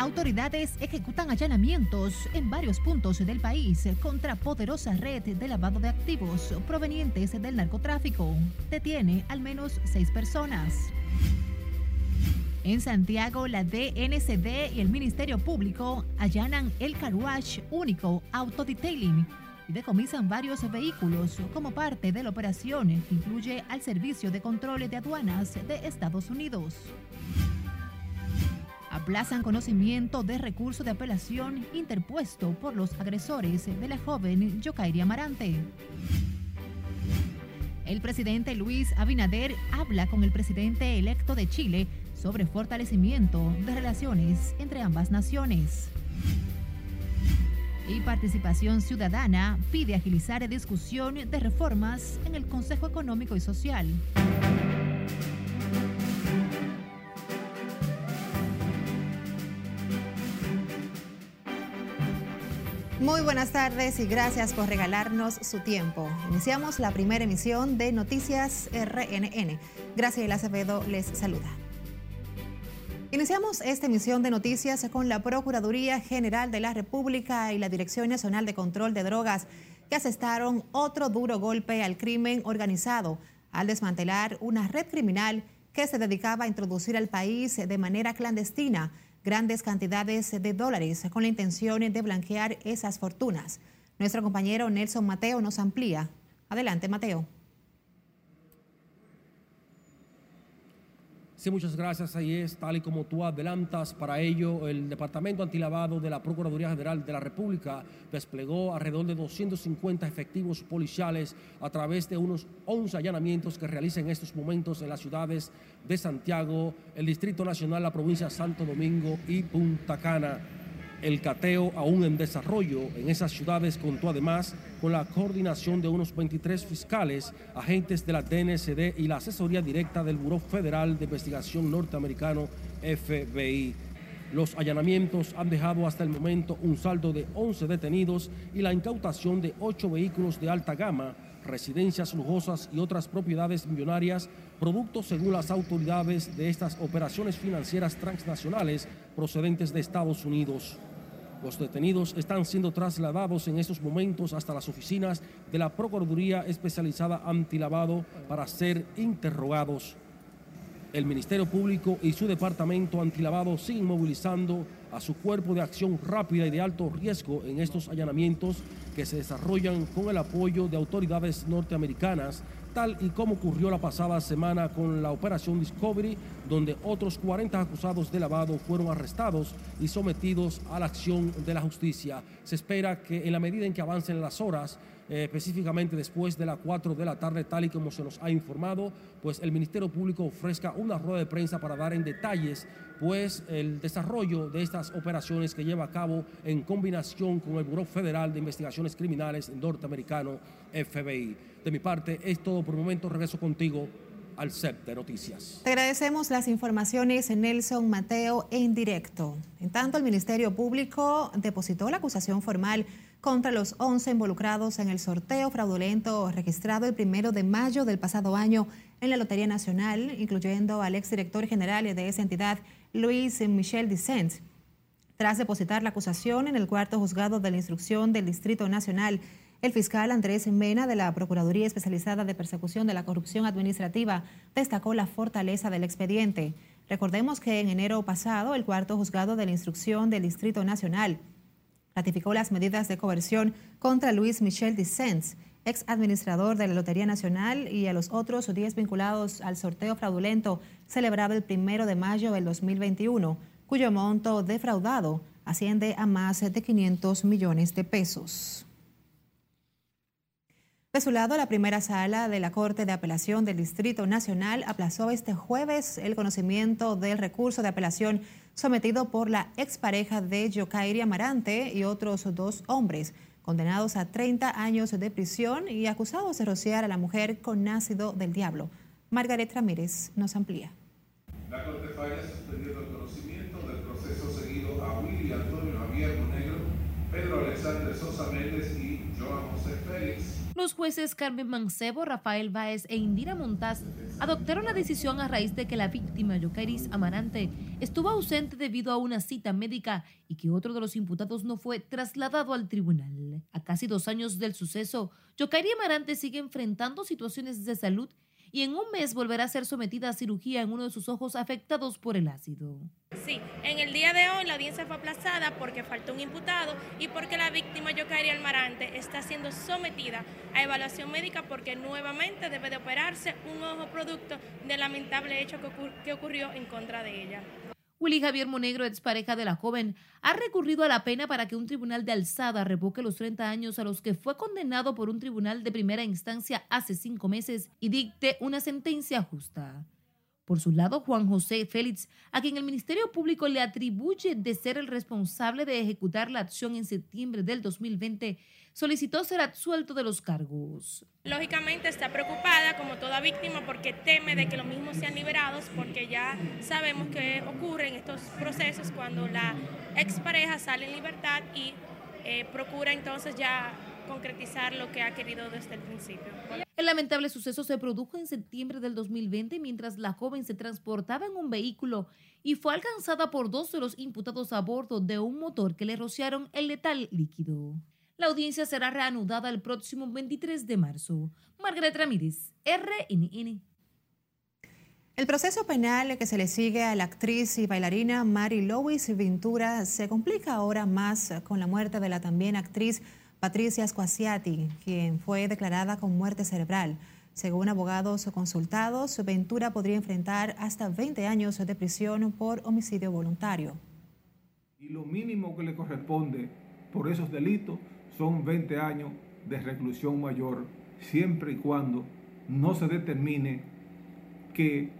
Autoridades ejecutan allanamientos en varios puntos del país contra poderosa red de lavado de activos provenientes del narcotráfico. Detiene al menos 6 personas. En Santiago, la DNCD y el Ministerio Público allanan el Car Wash Único Autodetailing y decomisan varios vehículos como parte de la operación que incluye al Servicio de Control de Aduanas de Estados Unidos. Aplazan conocimiento de recurso de apelación interpuesto por los agresores de la joven Yokairi Amarante. El presidente Luis Abinader habla con el presidente electo de Chile sobre fortalecimiento de relaciones entre ambas naciones. Y Participación Ciudadana pide agilizar discusión de reformas en el Consejo Económico y Social. Muy buenas tardes y gracias por regalarnos su tiempo. Iniciamos la primera emisión de Noticias RNN. Graciela Acevedo les saluda. Iniciamos esta emisión de noticias con la Procuraduría General de la República y la Dirección Nacional de Control de Drogas, que asestaron otro duro golpe al crimen organizado al desmantelar una red criminal que se dedicaba a introducir al país de manera clandestina grandes cantidades de dólares con la intención de blanquear esas fortunas. Nuestro compañero Nelson Mateo nos amplía. Adelante, Mateo. Sí, muchas gracias. Ahí es, tal y como tú adelantas. Para ello, el Departamento Antilavado de la Procuraduría General de la República desplegó alrededor de 250 efectivos policiales a través de unos 11 allanamientos que realiza en estos momentos en las ciudades de Santiago, el Distrito Nacional, la provincia de Santo Domingo y Punta Cana. El cateo aún en desarrollo en esas ciudades contó además con la coordinación de unos 23 fiscales, agentes de la DNCD y la asesoría directa del Buró Federal de Investigación norteamericano FBI. Los allanamientos han dejado hasta el momento un saldo de 11 detenidos y la incautación de 8 vehículos de alta gama, residencias lujosas y otras propiedades millonarias, producto según las autoridades de estas operaciones financieras transnacionales procedentes de Estados Unidos. Los detenidos están siendo trasladados en estos momentos hasta las oficinas de la Procuraduría Especializada Antilavado para ser interrogados. El Ministerio Público y su Departamento Antilavado siguen movilizando a su cuerpo de acción rápida y de alto riesgo en estos allanamientos que se desarrollan con el apoyo de autoridades norteamericanas, tal y como ocurrió la pasada semana con la Operación Discovery, donde otros 40 acusados de lavado fueron arrestados y sometidos a la acción de la justicia. Se espera que en la medida en que avancen las horas, específicamente después de las 4 de la tarde, tal y como se nos ha informado, pues el Ministerio Público ofrezca una rueda de prensa para dar en detalles pues el desarrollo de estas operaciones que lleva a cabo en combinación con el Buró Federal de Investigaciones Criminales norteamericano FBI. De mi parte es todo por el momento. Regreso contigo al CEP de Noticias. Te agradecemos las informaciones, Nelson Mateo, en directo. En tanto, el Ministerio Público depositó la acusación formal contra los 11 involucrados en el sorteo fraudulento registrado el 1 de mayo del pasado año en la Lotería Nacional, incluyendo al exdirector general de esa entidad, Luis Michel Dicent. Tras depositar la acusación en el cuarto juzgado de la instrucción del Distrito Nacional, el fiscal Andrés Mena de la Procuraduría Especializada de Persecución de la Corrupción Administrativa destacó la fortaleza del expediente. Recordemos que en enero pasado el cuarto juzgado de la instrucción del Distrito Nacional ratificó las medidas de coerción contra Luis Michel Dicent, ex administrador de la Lotería Nacional, y a los otros 10 vinculados al sorteo fraudulento celebrado el 1 de mayo del 2021, cuyo monto defraudado asciende a más de 500 millones de pesos. De su lado, la primera sala de la Corte de Apelación del Distrito Nacional aplazó este jueves el conocimiento del recurso de apelación sometido por la expareja de Yokairi Amarante y otros 2 hombres, condenados a 30 años de prisión y acusados de rociar a la mujer con ácido del diablo. Margaret Ramírez nos amplía. La Corte falla suspendiendo el conocimiento del proceso seguido a Willy Antonio Javier Monegro, Pedro Alexander Sosa Méndez y Joan José Félix. Los jueces Carmen Mancebo, Rafael Báez e Indira Montaz adoptaron la decisión a raíz de que la víctima, Yokairis Amarante, estuvo ausente debido a una cita médica y que otro de los imputados no fue trasladado al tribunal. A casi 2 años del suceso, Yokairis Amarante sigue enfrentando situaciones de salud y en un mes volverá a ser sometida a cirugía en uno de sus ojos afectados por el ácido. Sí, en el día de hoy la audiencia fue aplazada porque faltó un imputado y porque la víctima Yokairis Amarante está siendo sometida a evaluación médica porque nuevamente debe de operarse un ojo producto del lamentable hecho que ocurrió en contra de ella. Willy Javier Monegro, expareja de la joven, ha recurrido a la pena para que un tribunal de alzada revoque los 30 años a los que fue condenado por un tribunal de primera instancia hace 5 meses y dicte una sentencia justa. Por su lado, Juan José Félix, a quien el Ministerio Público le atribuye de ser el responsable de ejecutar la acción en septiembre del 2020, solicitó ser absuelto de los cargos. Lógicamente está preocupada, como toda víctima, porque teme de que los mismos sean liberados, porque ya sabemos que ocurren estos procesos cuando la expareja sale en libertad y procura entonces ya concretizar lo que ha querido desde el principio. El lamentable suceso se produjo en septiembre del 2020 mientras la joven se transportaba en un vehículo y fue alcanzada por 2 de los imputados a bordo de un motor que le rociaron el letal líquido. La audiencia será reanudada el próximo 23 de marzo. Margaret Ramírez, RNN. El proceso penal que se le sigue a la actriz y bailarina Mary Louise Ventura se complica ahora más con la muerte de la también actriz Patricia Squasiati, quien fue declarada con muerte cerebral. Según abogados consultados, Ventura podría enfrentar hasta 20 años de prisión por homicidio voluntario. Y lo mínimo que le corresponde por esos delitos son 20 años de reclusión mayor, siempre y cuando no se determine que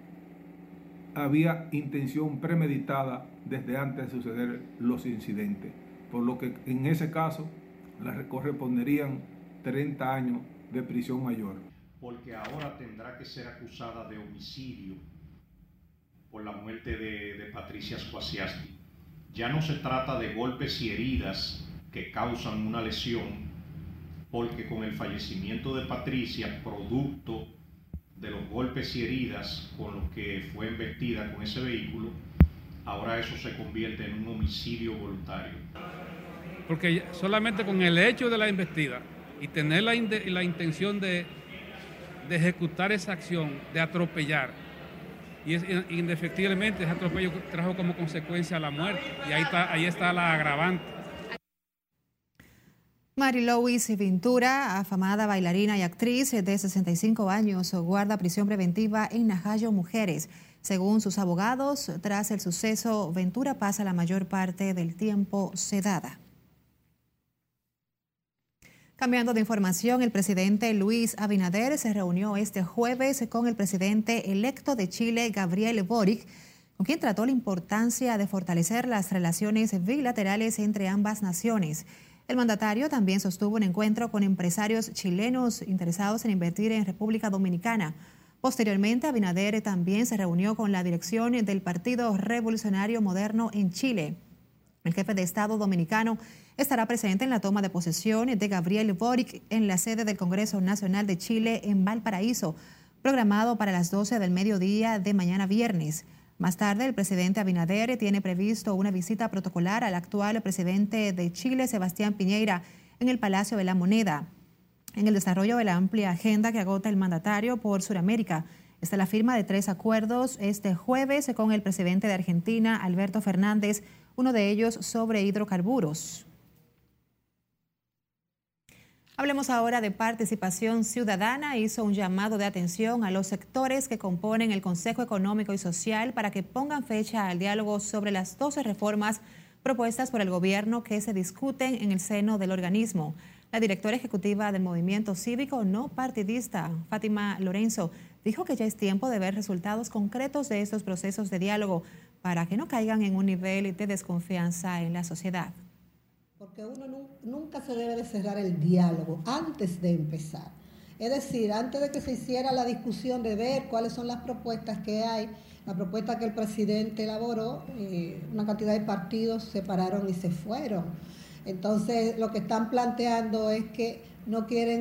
había intención premeditada desde antes de suceder los incidentes. Por lo que en ese caso le corresponderían 30 años de prisión mayor. Porque ahora tendrá que ser acusada de homicidio por la muerte de Patricia Squasiati. Ya no se trata de golpes y heridas que causan una lesión, porque con el fallecimiento de Patricia, producto de los golpes y heridas con los que fue embestida con ese vehículo, ahora eso se convierte en un homicidio voluntario. Porque solamente con el hecho de la embestida y tener la intención de ejecutar esa acción, de atropellar, y indefectiblemente ese atropello trajo como consecuencia la muerte, y ahí está la agravante. Mary Louise Ventura, afamada bailarina y actriz de 65 años, guarda prisión preventiva en Najayo Mujeres. Según sus abogados, tras el suceso, Ventura pasa la mayor parte del tiempo sedada. Cambiando de información, el presidente Luis Abinader se reunió este jueves con el presidente electo de Chile, Gabriel Boric, con quien trató la importancia de fortalecer las relaciones bilaterales entre ambas naciones. El mandatario también sostuvo un encuentro con empresarios chilenos interesados en invertir en República Dominicana. Posteriormente, Abinader también se reunió con la dirección del Partido Revolucionario Moderno en Chile. El jefe de Estado dominicano estará presente en la toma de posesión de Gabriel Boric en la sede del Congreso Nacional de Chile en Valparaíso, programado para las 12 del mediodía de mañana viernes. Más tarde, el presidente Abinader tiene previsto una visita protocolar al actual presidente de Chile, Sebastián Piñera, en el Palacio de la Moneda. En el desarrollo de la amplia agenda que agota el mandatario por Sudamérica está la firma de 3 acuerdos este jueves con el presidente de Argentina, Alberto Fernández, uno de ellos sobre hidrocarburos. Hablemos ahora de Participación Ciudadana. Hizo un llamado de atención a los sectores que componen el Consejo Económico y Social para que pongan fecha al diálogo sobre las 12 reformas propuestas por el gobierno que se discuten en el seno del organismo. La directora ejecutiva del Movimiento Cívico No Partidista, Fátima Lorenzo, dijo que ya es tiempo de ver resultados concretos de estos procesos de diálogo para que no caigan en un nivel de desconfianza en la sociedad. Porque uno nunca se debe de cerrar el diálogo antes de empezar. Es decir, antes de que se hiciera la discusión de ver cuáles son las propuestas que hay, la propuesta que el presidente elaboró, una cantidad de partidos se pararon y se fueron. Entonces, lo que están planteando es que no quieren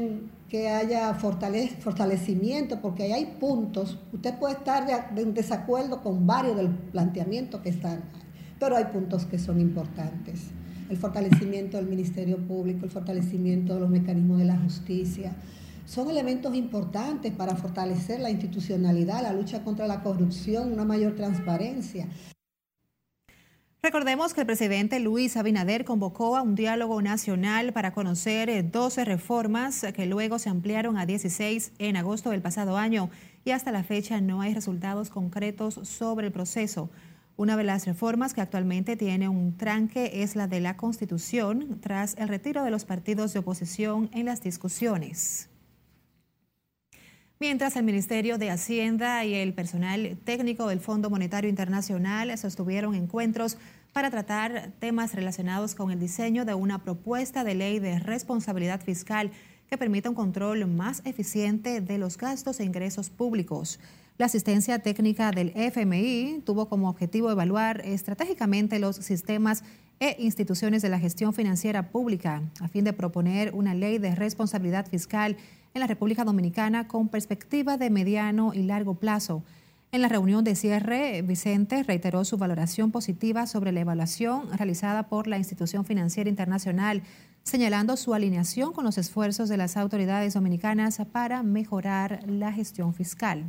que haya fortalecimiento, porque hay puntos, usted puede estar en desacuerdo con varios del planteamiento que están, pero hay puntos que son importantes. El fortalecimiento del Ministerio Público, el fortalecimiento de los mecanismos de la justicia, son elementos importantes para fortalecer la institucionalidad, la lucha contra la corrupción, una mayor transparencia. Recordemos que el presidente Luis Abinader convocó a un diálogo nacional para conocer 12 reformas que luego se ampliaron a 16 en agosto del pasado año y hasta la fecha no hay resultados concretos sobre el proceso. Una de las reformas que actualmente tiene un tranque es la de la Constitución tras el retiro de los partidos de oposición en las discusiones. Mientras el Ministerio de Hacienda y el personal técnico del Fondo Monetario Internacional sostuvieron encuentros para tratar temas relacionados con el diseño de una propuesta de ley de responsabilidad fiscal que permita un control más eficiente de los gastos e ingresos públicos. La asistencia técnica del FMI tuvo como objetivo evaluar estratégicamente los sistemas e instituciones de la gestión financiera pública a fin de proponer una ley de responsabilidad fiscal en la República Dominicana con perspectiva de mediano y largo plazo. En la reunión de cierre, Vicente reiteró su valoración positiva sobre la evaluación realizada por la Institución Financiera Internacional, señalando su alineación con los esfuerzos de las autoridades dominicanas para mejorar la gestión fiscal.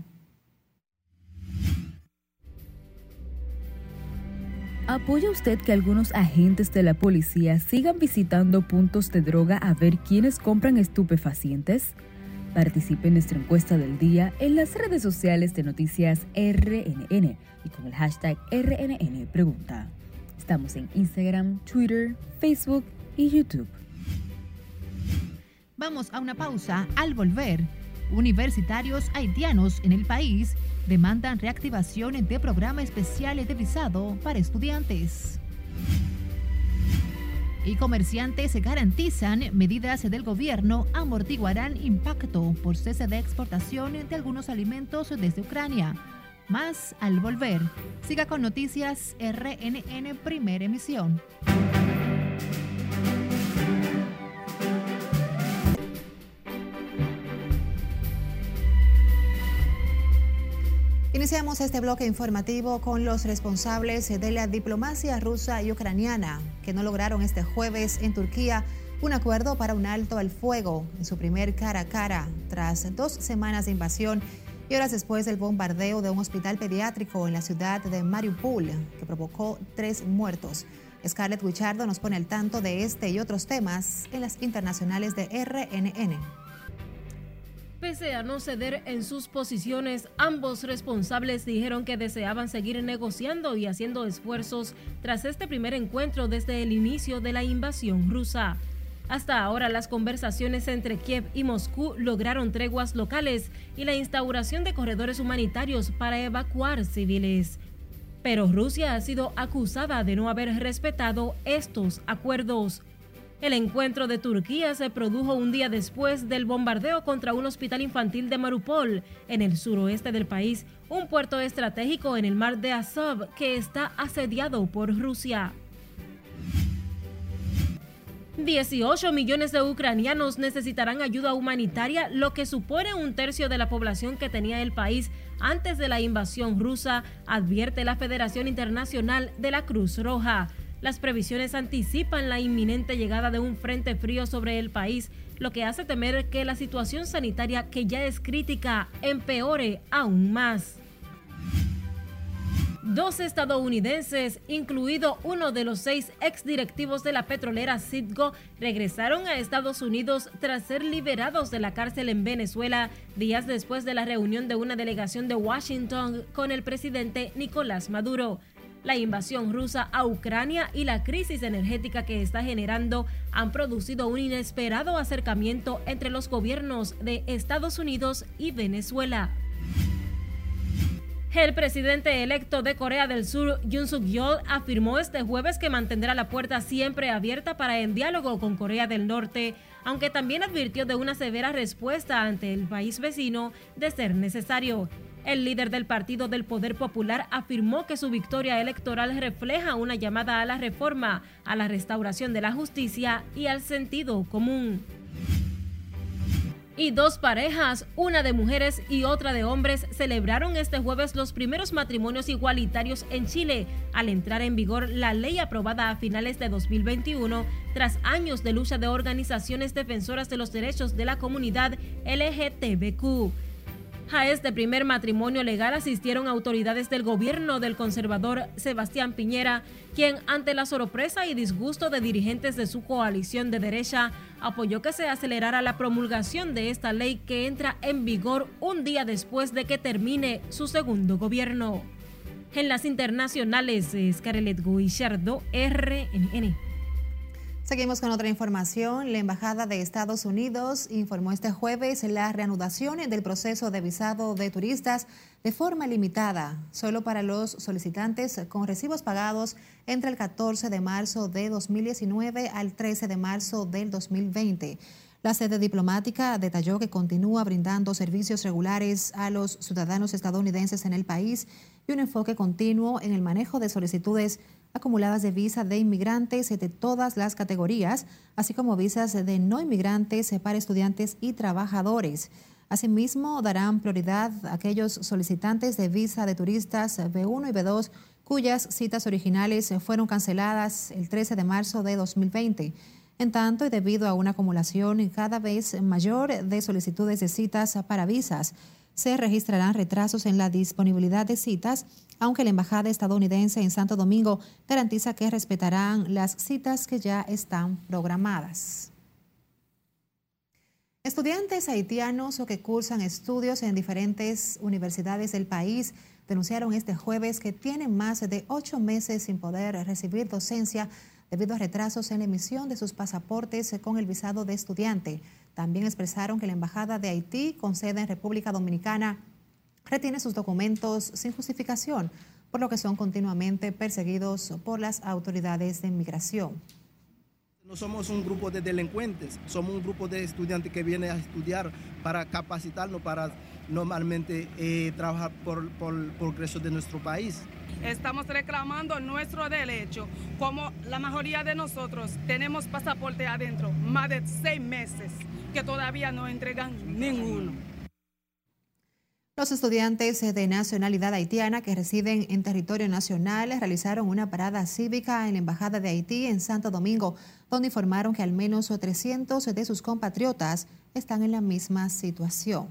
¿Apoya usted que algunos agentes de la policía sigan visitando puntos de droga a ver quiénes compran estupefacientes? Participe en nuestra encuesta del día en las redes sociales de Noticias RNN y con el hashtag RNN Pregunta. Estamos en Instagram, Twitter, Facebook y YouTube. Vamos a una pausa. Al volver, universitarios haitianos en el país demandan reactivación de programas especiales de visado para estudiantes. Y comerciantes garantizan medidas del gobierno amortiguarán impacto por cese de exportación de algunos alimentos desde Ucrania. Más al volver. Siga con Noticias RNN Primera Emisión. Iniciamos este bloque informativo con los responsables de la diplomacia rusa y ucraniana, que no lograron este jueves en Turquía un acuerdo para un alto al fuego en su primer cara a cara, tras 2 semanas de invasión y horas después del bombardeo de un hospital pediátrico en la ciudad de Mariupol, que provocó 3 muertos. Scarlett Guichardo nos pone al tanto de este y otros temas en las internacionales de RNN. Pese a no ceder en sus posiciones, ambos responsables dijeron que deseaban seguir negociando y haciendo esfuerzos tras este primer encuentro desde el inicio de la invasión rusa. Hasta ahora, las conversaciones entre Kiev y Moscú lograron treguas locales y la instauración de corredores humanitarios para evacuar civiles. Pero Rusia ha sido acusada de no haber respetado estos acuerdos. El encuentro de Turquía se produjo un día después del bombardeo contra un hospital infantil de Mariupol, en el suroeste del país, un puerto estratégico en el mar de Azov que está asediado por Rusia. 18 millones de ucranianos necesitarán ayuda humanitaria, lo que supone 1/3 de la población que tenía el país antes de la invasión rusa, advierte la Federación Internacional de la Cruz Roja. Las previsiones anticipan la inminente llegada de un frente frío sobre el país, lo que hace temer que la situación sanitaria, que ya es crítica, empeore aún más. 2 estadounidenses, incluido uno de los 6 exdirectivos de la petrolera Citgo, regresaron a Estados Unidos tras ser liberados de la cárcel en Venezuela días después de la reunión de una delegación de Washington con el presidente Nicolás Maduro. La invasión rusa a Ucrania y la crisis energética que está generando han producido un inesperado acercamiento entre los gobiernos de Estados Unidos y Venezuela. El presidente electo de Corea del Sur, Yoon Suk-yeol, afirmó este jueves que mantendrá la puerta siempre abierta para el diálogo con Corea del Norte, aunque también advirtió de una severa respuesta ante el país vecino de ser necesario. El líder del Partido del Poder Popular afirmó que su victoria electoral refleja una llamada a la reforma, a la restauración de la justicia y al sentido común. Y dos parejas, una de mujeres y otra de hombres, celebraron este jueves los primeros matrimonios igualitarios en Chile, al entrar en vigor la ley aprobada a finales de 2021, tras años de lucha de organizaciones defensoras de los derechos de la comunidad LGTBQ. A este primer matrimonio legal asistieron autoridades del gobierno del conservador Sebastián Piñera, quien, ante la sorpresa y disgusto de dirigentes de su coalición de derecha, apoyó que se acelerara la promulgación de esta ley que entra en vigor un día después de que termine su segundo gobierno. En las internacionales, Scarlett Guillardo, RNN. Seguimos con otra información. La Embajada de Estados Unidos informó este jueves la reanudación del proceso de visado de turistas de forma limitada, solo para los solicitantes con recibos pagados entre el 14 de marzo de 2019 al 13 de marzo del 2020. La sede diplomática detalló que continúa brindando servicios regulares a los ciudadanos estadounidenses en el país y un enfoque continuo en el manejo de solicitudes acumuladas de visa de inmigrantes de todas las categorías, así como visas de no inmigrantes para estudiantes y trabajadores. Asimismo, darán prioridad a aquellos solicitantes de visa de turistas B1 y B2 cuyas citas originales fueron canceladas el 13 de marzo de 2020. En tanto, y debido a una acumulación cada vez mayor de solicitudes de citas para visas, se registrarán retrasos en la disponibilidad de citas, aunque la Embajada estadounidense en Santo Domingo garantiza que respetarán las citas que ya están programadas. Estudiantes haitianos o que cursan estudios en diferentes universidades del país denunciaron este jueves que tienen más de 8 meses sin poder recibir docencia debido a retrasos en la emisión de sus pasaportes con el visado de estudiante. También expresaron que la Embajada de Haití, con sede en República Dominicana, retiene sus documentos sin justificación, por lo que son continuamente perseguidos por las autoridades de inmigración. No somos un grupo de delincuentes, somos un grupo de estudiantes que vienen a estudiar para capacitarnos, para normalmente trabajar por el progreso de nuestro país. Estamos reclamando nuestro derecho, como la mayoría de nosotros tenemos pasaporte adentro, más de 6 meses, que todavía no entregan ninguno. Los estudiantes de nacionalidad haitiana que residen en territorio nacional realizaron una parada cívica en la Embajada de Haití en Santo Domingo, donde informaron que al menos 300 de sus compatriotas están en la misma situación.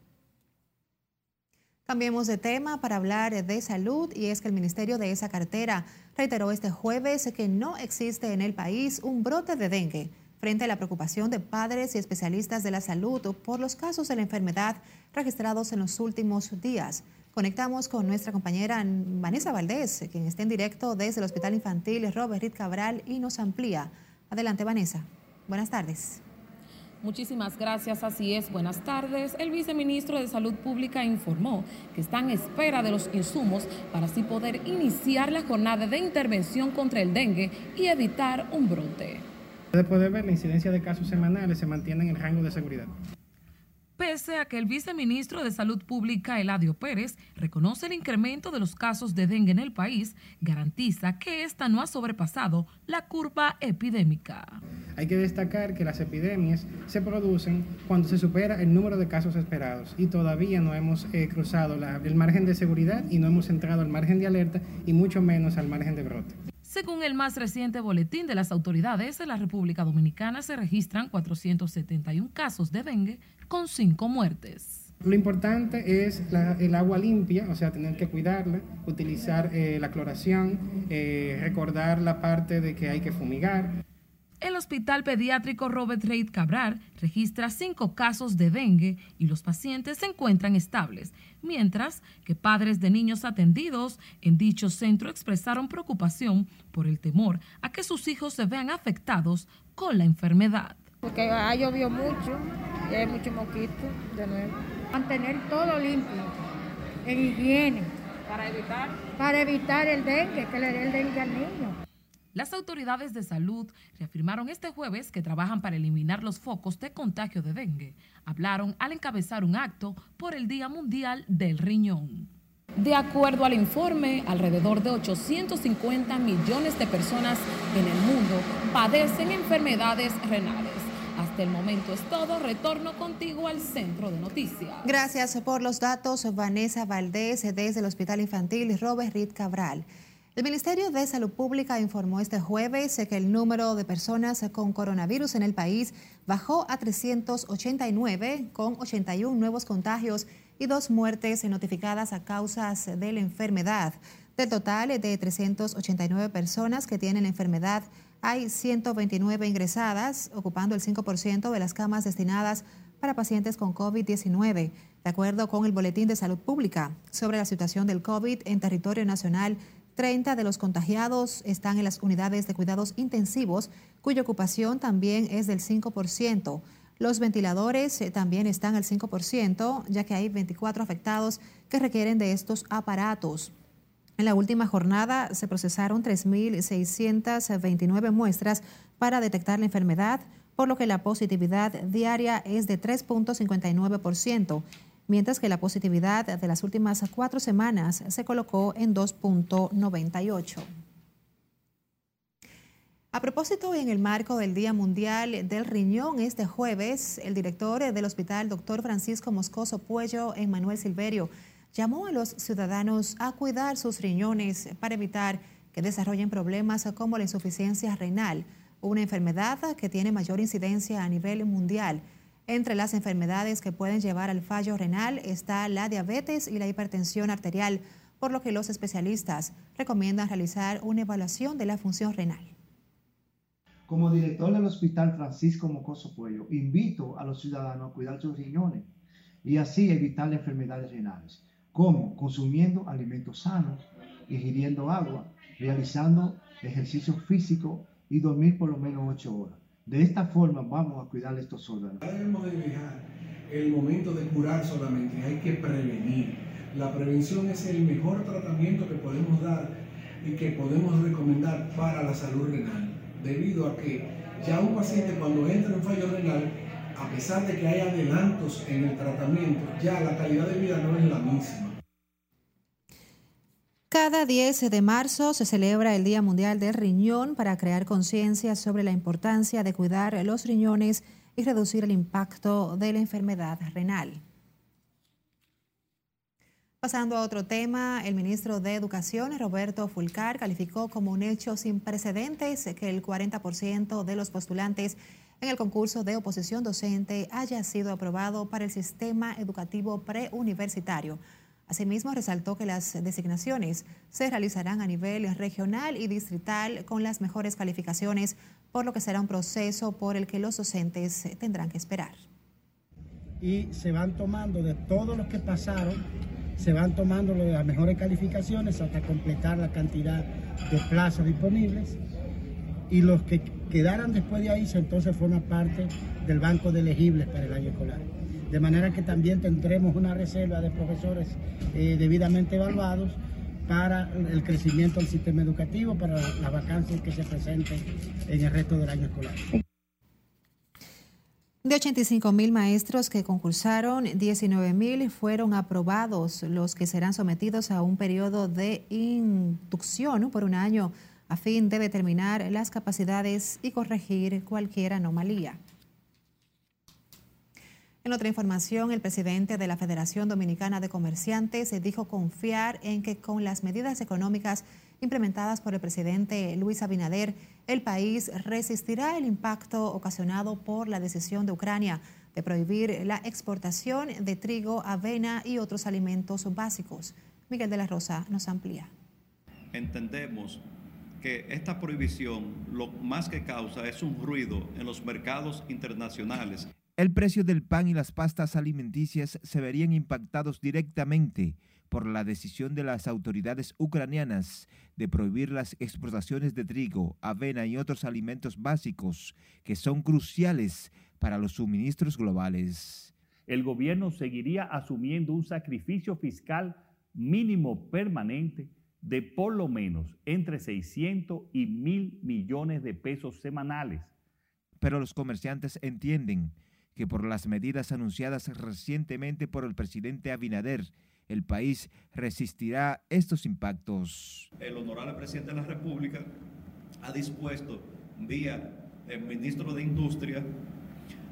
Cambiemos de tema para hablar de salud, y es que el ministerio de esa cartera reiteró este jueves que no existe en el país un brote de dengue, frente a la preocupación de padres y especialistas de la salud por los casos de la enfermedad registrados en los últimos días. Conectamos con nuestra compañera Vanessa Valdés, quien está en directo desde el Hospital Infantil Robert Reed Cabral y nos amplía. Adelante, Vanessa. Buenas tardes. Muchísimas gracias, así es, buenas tardes. El viceministro de Salud Pública informó que está en espera de los insumos para así poder iniciar la jornada de intervención contra el dengue y evitar un brote. Puede poder ver la incidencia de casos semanales se mantiene en el rango de seguridad. Pese a que el viceministro de Salud Pública, Eladio Pérez, reconoce el incremento de los casos de dengue en el país, garantiza que esta no ha sobrepasado la curva epidémica. Hay que destacar que las epidemias se producen cuando se supera el número de casos esperados y todavía no hemos cruzado el margen de seguridad y no hemos entrado al margen de alerta y mucho menos al margen de brote. Según el más reciente boletín de las autoridades, en la República Dominicana se registran 471 casos de dengue con 5 muertes. Lo importante es el agua limpia, o sea, tener que cuidarla, utilizar la cloración, recordar la parte de que hay que fumigar. El Hospital Pediátrico Robert Reid Cabral registra 5 casos de dengue y los pacientes se encuentran estables, mientras que padres de niños atendidos en dicho centro expresaron preocupación por el temor a que sus hijos se vean afectados con la enfermedad. Porque ha llovido mucho y hay mucho mosquito de nuevo. Mantener todo limpio, en higiene. Para evitar el dengue, que le dé el dengue al niño. Las autoridades de salud reafirmaron este jueves que trabajan para eliminar los focos de contagio de dengue. Hablaron al encabezar un acto por el Día Mundial del Riñón. De acuerdo al informe, alrededor de 850 millones de personas en el mundo padecen enfermedades renales. Hasta el momento es todo. Retorno contigo al centro de noticias. Gracias por los datos, Vanessa Valdés, desde el Hospital Infantil Robert Reed Cabral. El Ministerio de Salud Pública informó este jueves que el número de personas con coronavirus en el país bajó a 389, con 81 nuevos contagios y 2 muertes notificadas a causas de la enfermedad. Del total de 389 personas que tienen la enfermedad, hay 129 ingresadas, ocupando el 5% de las camas destinadas para pacientes con COVID-19. De acuerdo con el Boletín de Salud Pública sobre la situación del COVID en territorio nacional, 30 de los contagiados están en las unidades de cuidados intensivos, cuya ocupación también es del 5%. Los ventiladores también están al 5%, ya que hay 24 afectados que requieren de estos aparatos. En la última jornada se procesaron 3.629 muestras para detectar la enfermedad, por lo que la positividad diaria es de 3.59%. Mientras que la positividad de las últimas 4 semanas se colocó en 2.98. A propósito, en el marco del Día Mundial del Riñón, este jueves, el director del hospital, Dr. Francisco Moscoso Puello, Emmanuel Silverio, llamó a los ciudadanos a cuidar sus riñones para evitar que desarrollen problemas como la insuficiencia renal, una enfermedad que tiene mayor incidencia a nivel mundial. Entre las enfermedades que pueden llevar al fallo renal está la diabetes y la hipertensión arterial, por lo que los especialistas recomiendan realizar una evaluación de la función renal. Como director del Hospital Francisco Moscoso Puello, invito a los ciudadanos a cuidar sus riñones y así evitar las enfermedades renales, como consumiendo alimentos sanos, ingiriendo agua, realizando ejercicio físico y dormir por lo menos 8 horas. De esta forma vamos a cuidar estos órganos. Debemos de dejar el momento de curar solamente, hay que prevenir. La prevención es el mejor tratamiento que podemos dar y que podemos recomendar para la salud renal, debido a que ya un paciente cuando entra en fallo renal, a pesar de que hay adelantos en el tratamiento, ya la calidad de vida no es la misma. Cada 10 de marzo se celebra el Día Mundial del Riñón para crear conciencia sobre la importancia de cuidar los riñones y reducir el impacto de la enfermedad renal. Pasando a otro tema, el ministro de Educación, Roberto Fulcar, calificó como un hecho sin precedentes que el 40% de los postulantes en el concurso de oposición docente haya sido aprobado para el sistema educativo preuniversitario. Asimismo, resaltó que las designaciones se realizarán a nivel regional y distrital con las mejores calificaciones, por lo que será un proceso por el que los docentes tendrán que esperar. Y se van tomando de todos los que pasaron, se van tomando las mejores calificaciones hasta completar la cantidad de plazas disponibles, y los que quedaran después de ahí entonces forman parte del banco de elegibles para el año escolar. De manera que también tendremos una reserva de profesores debidamente evaluados para el crecimiento del sistema educativo, para las vacancias que se presenten en el resto del año escolar. De 85.000 maestros que concursaron, 19.000 fueron aprobados, los que serán sometidos a un periodo de inducción por un año a fin de determinar las capacidades y corregir cualquier anomalía. En otra información, el presidente de la Federación Dominicana de Comerciantes dijo confiar en que con las medidas económicas implementadas por el presidente Luis Abinader, el país resistirá el impacto ocasionado por la decisión de Ucrania de prohibir la exportación de trigo, avena y otros alimentos básicos. Miguel de la Rosa nos amplía. Entendemos que esta prohibición lo más que causa es un ruido en los mercados internacionales. El precio del pan y las pastas alimenticias se verían impactados directamente por la decisión de las autoridades ucranianas de prohibir las exportaciones de trigo, avena y otros alimentos básicos que son cruciales para los suministros globales. El gobierno seguiría asumiendo un sacrificio fiscal mínimo permanente de por lo menos entre 600 y 1.000 millones de pesos semanales. Pero los comerciantes entienden que por las medidas anunciadas recientemente por el presidente Abinader, el país resistirá estos impactos. El honorable presidente de la República ha dispuesto, vía el ministro de Industria,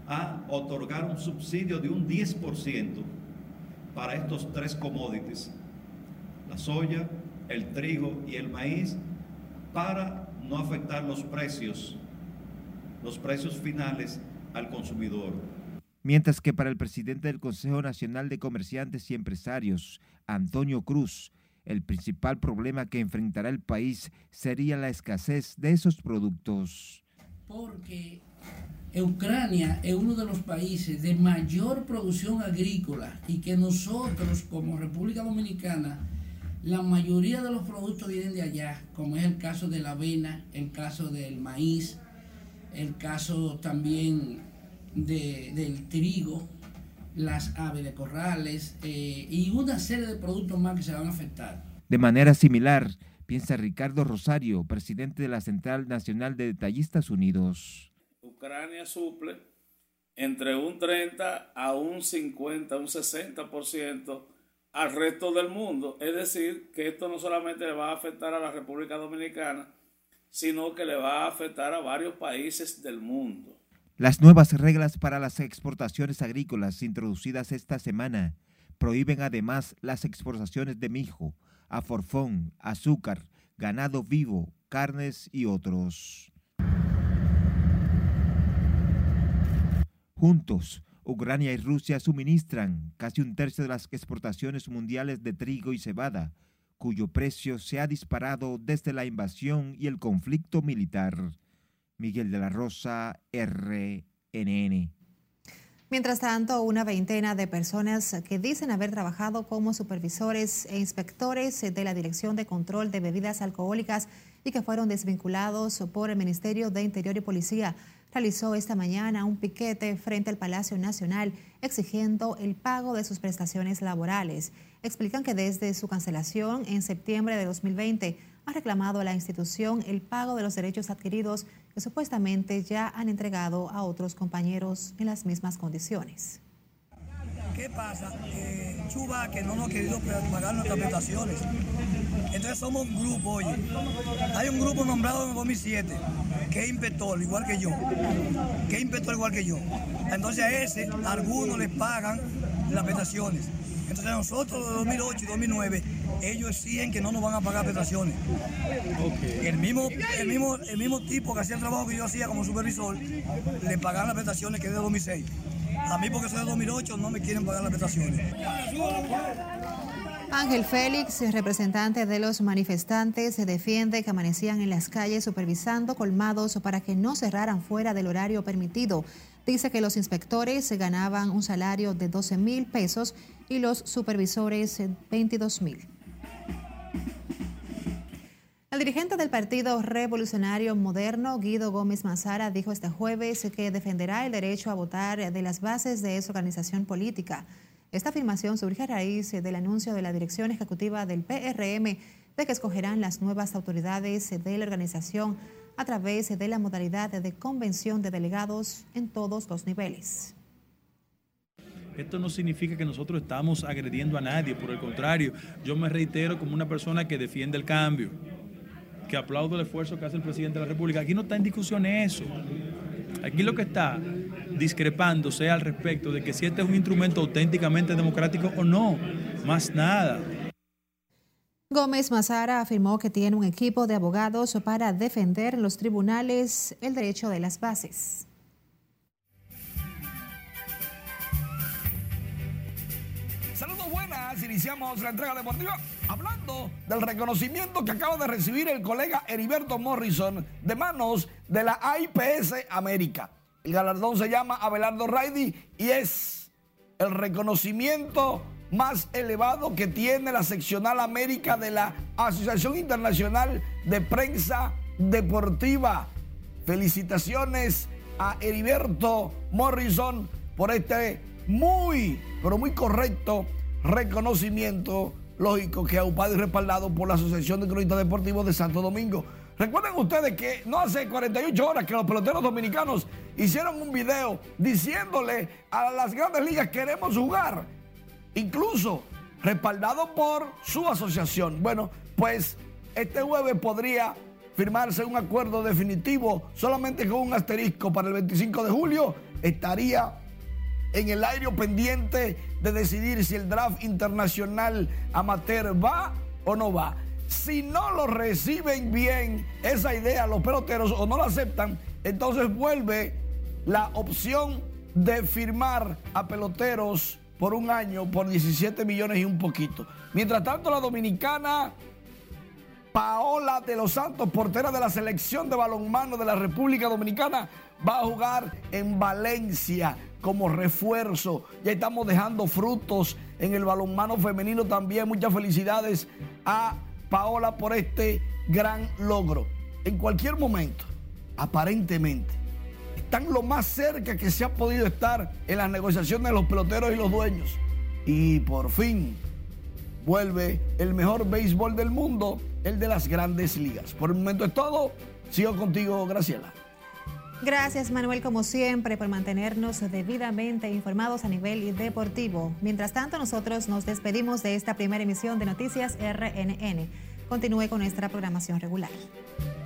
a otorgar un subsidio de un 10% para estos 3 commodities, la soya, el trigo y el maíz, para no afectar los precios finales al consumidor. Mientras que para el presidente del Consejo Nacional de Comerciantes y Empresarios, Antonio Cruz, el principal problema que enfrentará el país sería la escasez de esos productos. Porque Ucrania es uno de los países de mayor producción agrícola y que nosotros como República Dominicana, la mayoría de los productos vienen de allá, como es el caso de la avena, el caso del maíz, el caso también del trigo, las aves de corrales y una serie de productos más que se van a afectar. De manera similar, piensa Ricardo Rosario, presidente de la Central Nacional de Detallistas Unidos. Ucrania suple entre un 30 a un 50, un 60% al resto del mundo. Es decir, que esto no solamente le va a afectar a la República Dominicana, sino que le va a afectar a varios países del mundo. Las nuevas reglas para las exportaciones agrícolas introducidas esta semana prohíben además las exportaciones de mijo, aforfón, azúcar, ganado vivo, carnes y otros. Juntos, Ucrania y Rusia suministran casi un tercio de las exportaciones mundiales de trigo y cebada, cuyo precio se ha disparado desde la invasión y el conflicto militar. Miguel de la Rosa, RNN. Mientras tanto, una veintena de personas que dicen haber trabajado como supervisores e inspectores de la Dirección de Control de Bebidas Alcohólicas y que fueron desvinculados por el Ministerio de Interior y Policía realizó esta mañana un piquete frente al Palacio Nacional exigiendo el pago de sus prestaciones laborales. Explican que desde su cancelación en septiembre de 2020 ha reclamado a la institución el pago de los derechos adquiridos que supuestamente ya han entregado a otros compañeros en las mismas condiciones. ¿Qué pasa? Chuba que no nos ha querido pagar nuestras prestaciones. Entonces somos un grupo, oye. Hay un grupo nombrado en el 2007 que es inspector, igual que yo. Entonces a ese, algunos les pagan las prestaciones. Entonces a nosotros de 2008 y 2009, ellos exigen que no nos van a pagar prestaciones. Okay. El mismo tipo que hacía el trabajo que yo hacía como supervisor, le pagan las prestaciones que es de 2006. A mí, porque soy de 2008, no me quieren pagar las prestaciones. Ángel Félix, representante de los manifestantes, se defiende que amanecían en las calles supervisando colmados para que no cerraran fuera del horario permitido. Dice que los inspectores se ganaban un salario de 12,000 pesos y los supervisores 22,000. El dirigente del Partido Revolucionario Moderno, Guido Gómez Mazara, dijo este jueves que defenderá el derecho a votar de las bases de esa organización política. Esta afirmación surge a raíz del anuncio de la dirección ejecutiva del PRM de que escogerán las nuevas autoridades de la organización a través de la modalidad de convención de delegados en todos los niveles. Esto no significa que nosotros estamos agrediendo a nadie, por el contrario, yo me reitero como una persona que defiende el cambio, que aplaudo el esfuerzo que hace el presidente de la República. Aquí no está en discusión eso. Aquí lo que está discrepándose al respecto de que si este es un instrumento auténticamente democrático o no, más nada. Gómez Mazara afirmó que tiene un equipo de abogados para defender en los tribunales el derecho de las bases. Saludos buenas, iniciamos la entrega deportiva hablando del reconocimiento que acaba de recibir el colega Heriberto Morrison de manos de la AIPS América. El galardón se llama Abelardo Raidy y es el reconocimiento más elevado que tiene la seccional América de la Asociación Internacional de Prensa Deportiva. Felicitaciones a Heriberto Morrison por este muy correcto reconocimiento, lógico, que aupado y respaldado por la Asociación de Cronistas Deportivos de Santo Domingo. Recuerden ustedes que no hace 48 horas que los peloteros dominicanos hicieron un video diciéndole a las grandes ligas queremos jugar, incluso respaldado por su asociación. Bueno, pues este jueves podría firmarse un acuerdo definitivo solamente con un asterisco para el 25 de julio estaría en el aire pendiente de decidir si el draft internacional amateur va o no va. Si no lo reciben bien esa idea los peloteros o no la aceptan, entonces vuelve la opción de firmar a peloteros por un año por 17 millones y un poquito. Mientras tanto, la dominicana Paola de los Santos, portera de la selección de balonmano de la República Dominicana, va a jugar en Valencia como refuerzo. Ya estamos dejando frutos en el balonmano femenino también. Muchas felicidades a Paola por este gran logro. En cualquier momento, aparentemente, están lo más cerca que se ha podido estar en las negociaciones de los peloteros y los dueños. Y por fin vuelve el mejor béisbol del mundo, el de las grandes ligas. Por el momento es todo. Sigo contigo, Graciela. Gracias, Manuel, como siempre, por mantenernos debidamente informados a nivel deportivo. Mientras tanto, nosotros nos despedimos de esta primera emisión de Noticias RNN. Continúe con nuestra programación regular.